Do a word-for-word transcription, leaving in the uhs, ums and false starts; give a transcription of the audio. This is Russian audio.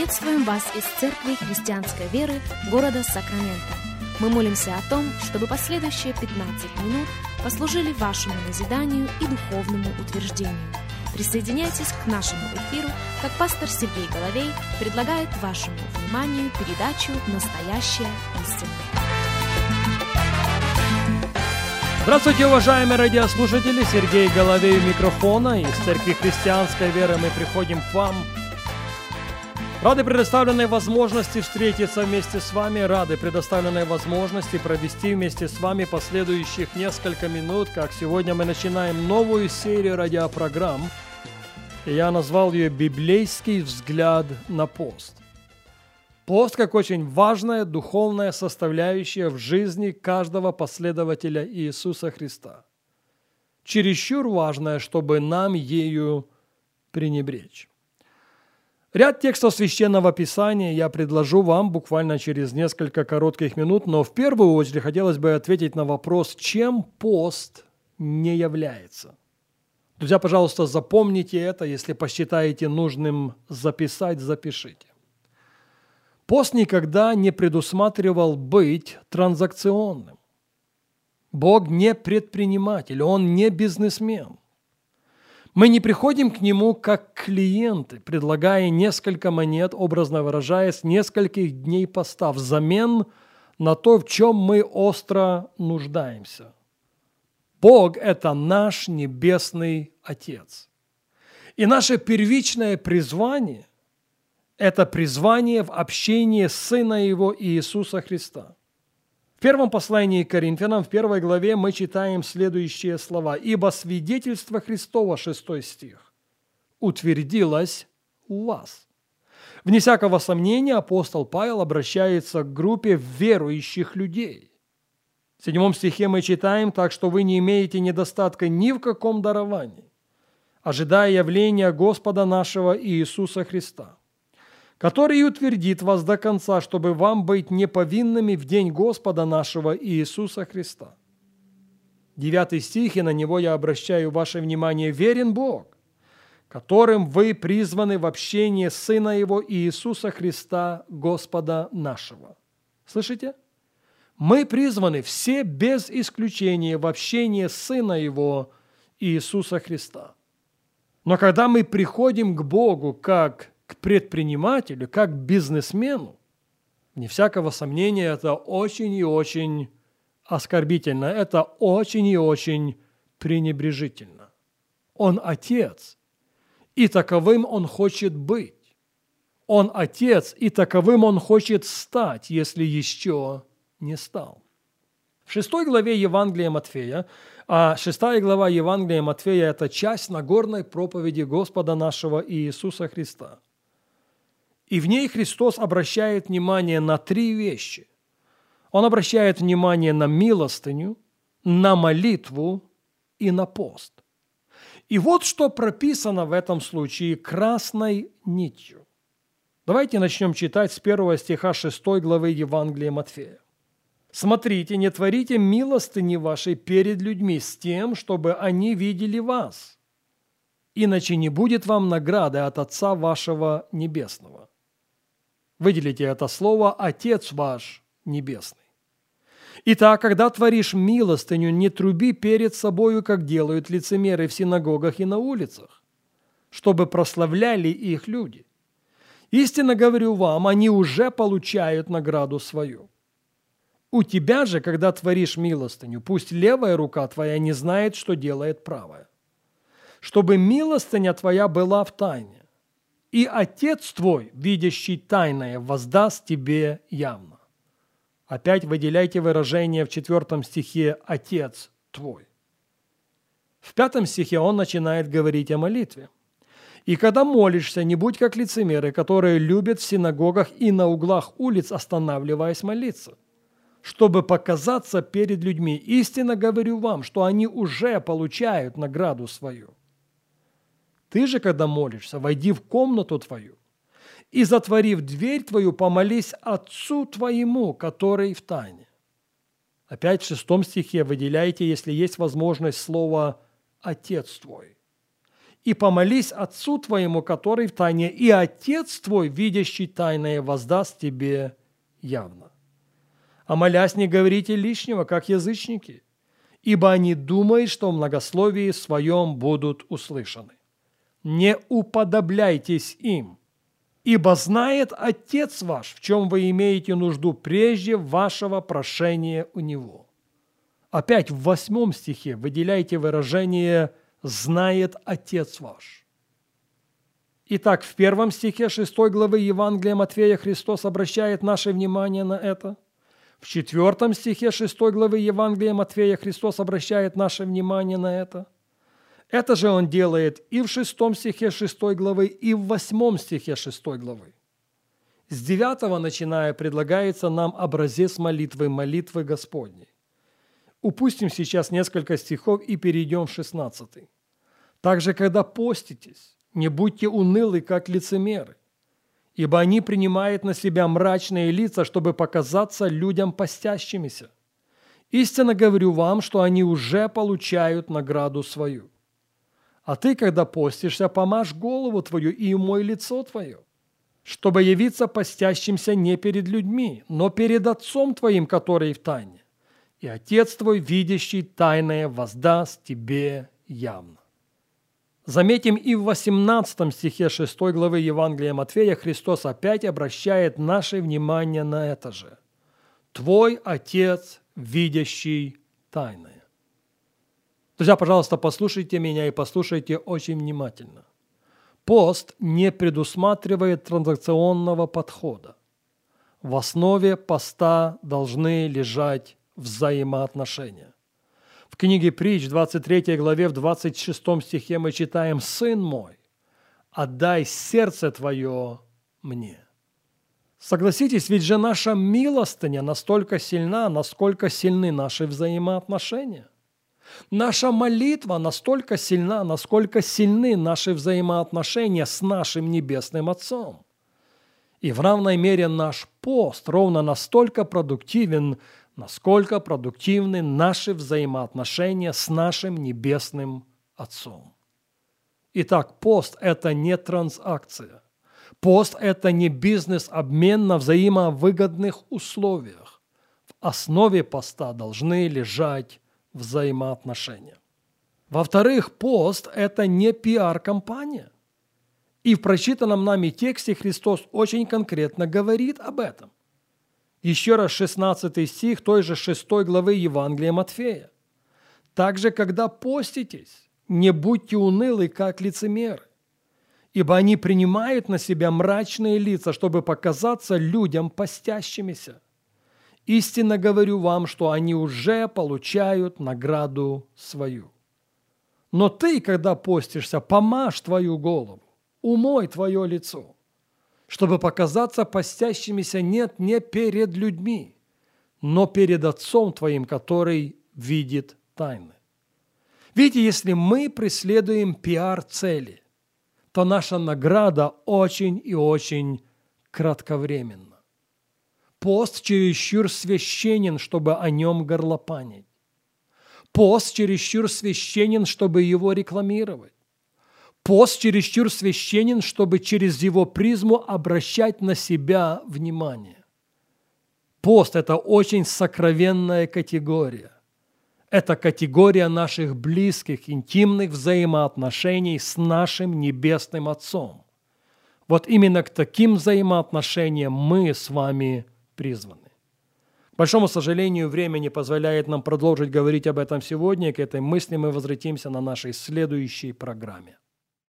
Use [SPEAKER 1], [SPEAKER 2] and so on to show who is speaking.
[SPEAKER 1] Приветствуем вас из Церкви Христианской Веры города Сакраменто. Мы молимся о том, чтобы последующие пятнадцать минут послужили вашему назиданию и духовному утверждению. Присоединяйтесь к нашему эфиру, как пастор Сергей Головей предлагает вашему вниманию передачу «Настоящая истина».
[SPEAKER 2] Здравствуйте, уважаемые радиослушатели! Сергей Головей у микрофона. Из Церкви Христианской Веры мы приходим к вам. Рады предоставленной возможности встретиться вместе с вами, рады предоставленной возможности провести вместе с вами последующих несколько минут, как сегодня мы начинаем новую серию радиопрограмм, и я назвал ее «Библейский взгляд на пост». Пост как очень важная духовная составляющая в жизни каждого последователя Иисуса Христа. Чересчур важная, чтобы нам ею пренебречь. Ряд текстов Священного Писания я предложу вам буквально через несколько коротких минут, но в первую очередь хотелось бы ответить на вопрос, чем пост не является. Друзья, пожалуйста, запомните это, если посчитаете нужным записать, запишите. Пост никогда не предусматривал быть транзакционным. Бог не предприниматель, Он не бизнесмен. Мы не приходим к Нему как клиенты, предлагая несколько монет, образно выражаясь, нескольких дней поста взамен на то, в чем мы остро нуждаемся. Бог – это наш Небесный Отец. И наше первичное призвание – это призвание в общении Сына Его Иисуса Христа. В первом послании к Коринфянам, в первой главе, мы читаем следующие слова. «Ибо свидетельство Христово», шестой стих, «утвердилось у вас». Вне всякого сомнения апостол Павел обращается к группе верующих людей. В седьмом стихе мы читаем: «Так что вы не имеете недостатка ни в каком даровании, ожидая явления Господа нашего Иисуса Христа, который утвердит вас до конца, чтобы вам быть неповинными в день Господа нашего Иисуса Христа». Девятый стих, и на него я обращаю ваше внимание: «Верен Бог, которым вы призваны в общение Сына Его Иисуса Христа, Господа нашего». Слышите? Мы призваны все без исключения в общение Сына Его Иисуса Христа. Но когда мы приходим к Богу как к предпринимателю, как к бизнесмену, вне всякого сомнения, это очень и очень оскорбительно, это очень и очень пренебрежительно. Он Отец, и таковым Он хочет быть. Он Отец, и таковым Он хочет стать, если еще не стал. В шестой главе Евангелия Матфея, а шестая глава Евангелия Матфея – это часть Нагорной проповеди Господа нашего Иисуса Христа. И в ней Христос обращает внимание на три вещи. Он обращает внимание на милостыню, на молитву и на пост. И вот что прописано в этом случае красной нитью. Давайте начнем читать с первого стиха шестой главы Евангелия Матфея. «Смотрите, не творите милостыни вашей перед людьми с тем, чтобы они видели вас, иначе не будет вам награды от Отца вашего Небесного». Выделите это слово «Отец ваш Небесный». Итак, когда творишь милостыню, не труби перед собою, как делают лицемеры в синагогах и на улицах, чтобы прославляли их люди. Истинно говорю вам, они уже получают награду свою. У тебя же, когда творишь милостыню, пусть левая рука твоя не знает, что делает правая, чтобы милостыня твоя была в тайне, и Отец твой, видящий тайное, воздаст тебе явно. Опять выделяйте выражение в четвертом стихе «Отец твой». В пятом стихе он начинает говорить о молитве. «И когда молишься, не будь как лицемеры, которые любят в синагогах и на углах улиц, останавливаясь молиться, чтобы показаться перед людьми. Истинно говорю вам, что они уже получают награду свою. Ты же, когда молишься, войди в комнату твою и, затворив дверь твою, помолись Отцу твоему, который в тайне». Опять в шестом стихе выделяйте, если есть возможность, слово «Отец твой». и помолись Отцу твоему, который в тайне, и Отец твой, видящий тайное, воздаст тебе явно. А молясь, не говорите лишнего, как язычники, ибо они думают, что в многословии своем будут услышаны. Не уподобляйтесь им, ибо знает Отец ваш, в чем вы имеете нужду прежде вашего прошения у Него. Опять в восьмом стихе выделяйте выражение «знает Отец ваш». Итак, в первом стихе шестой главы Евангелия Матфея Христос обращает наше внимание на это. В четвертом стихе шестой главы Евангелия Матфея Христос обращает наше внимание на это. Это же Он делает и в шестом стихе шестой главы, и в восьмом стихе шестой главы. С девятого начиная предлагается нам образец молитвы, молитвы Господней. Упустим сейчас несколько стихов и перейдем в шестнадцатый. Также, когда поститесь, не будьте унылы, как лицемеры, ибо они принимают на себя мрачные лица, чтобы показаться людям постящимися. Истинно говорю вам, что они уже получают награду свою. А ты, когда постишься, помажь голову твою и умой лицо твое, чтобы явиться постящимся не перед людьми, но перед Отцом твоим, который в тайне. И Отец твой, видящий тайное, воздаст тебе явно. Заметим, и в восемнадцатом стихе шестой главы Евангелия Матфея Христос опять обращает наше внимание на это же. «Твой Отец, видящий тайное». Друзья, пожалуйста, послушайте меня и послушайте очень внимательно. Пост не предусматривает транзакционного подхода. В основе поста должны лежать взаимоотношения. В книге Притч, в двадцать третьей главе, в двадцать шестом стихе мы читаем: «Сын мой, отдай сердце твое мне». Согласитесь, ведь же наша милостыня настолько сильна, насколько сильны наши взаимоотношения. Наша молитва настолько сильна, насколько сильны наши взаимоотношения с нашим Небесным Отцом. И в равной мере наш пост ровно настолько продуктивен, насколько продуктивны наши взаимоотношения с нашим Небесным Отцом. Итак, пост – это не транзакция. Пост – это не бизнес-обмен на взаимовыгодных условиях. В основе поста должны лежать взаимоотношения. Во-вторых, пост – это не пиар-компания. И в прочитанном нами тексте Христос очень конкретно говорит об этом. Еще раз шестнадцатый стих той же шестой главы Евангелия Матфея. «Также, когда поститесь, не будьте унылы, как лицемеры, ибо они принимают на себя мрачные лица, чтобы показаться людям постящимися. Истинно говорю вам, что они уже получают награду свою. Но ты, когда постишься, помажь твою голову, умой твое лицо, чтобы показаться постящимися нет не перед людьми, но перед Отцом твоим, который видит тайны». Видите, если мы преследуем пиар-цели, то наша награда очень и очень кратковременна. Пост чересчур священен, чтобы о нем горлопанить. Пост чересчур священен, чтобы его рекламировать. Пост чересчур священен, чтобы через его призму обращать на себя внимание. Пост – это очень сокровенная категория. Это категория наших близких, интимных взаимоотношений с нашим Небесным Отцом. Вот именно к таким взаимоотношениям мы с вами призваны. К большому сожалению, время не позволяет нам продолжить говорить об этом сегодня. К этой мысли мы возвратимся на нашей следующей программе.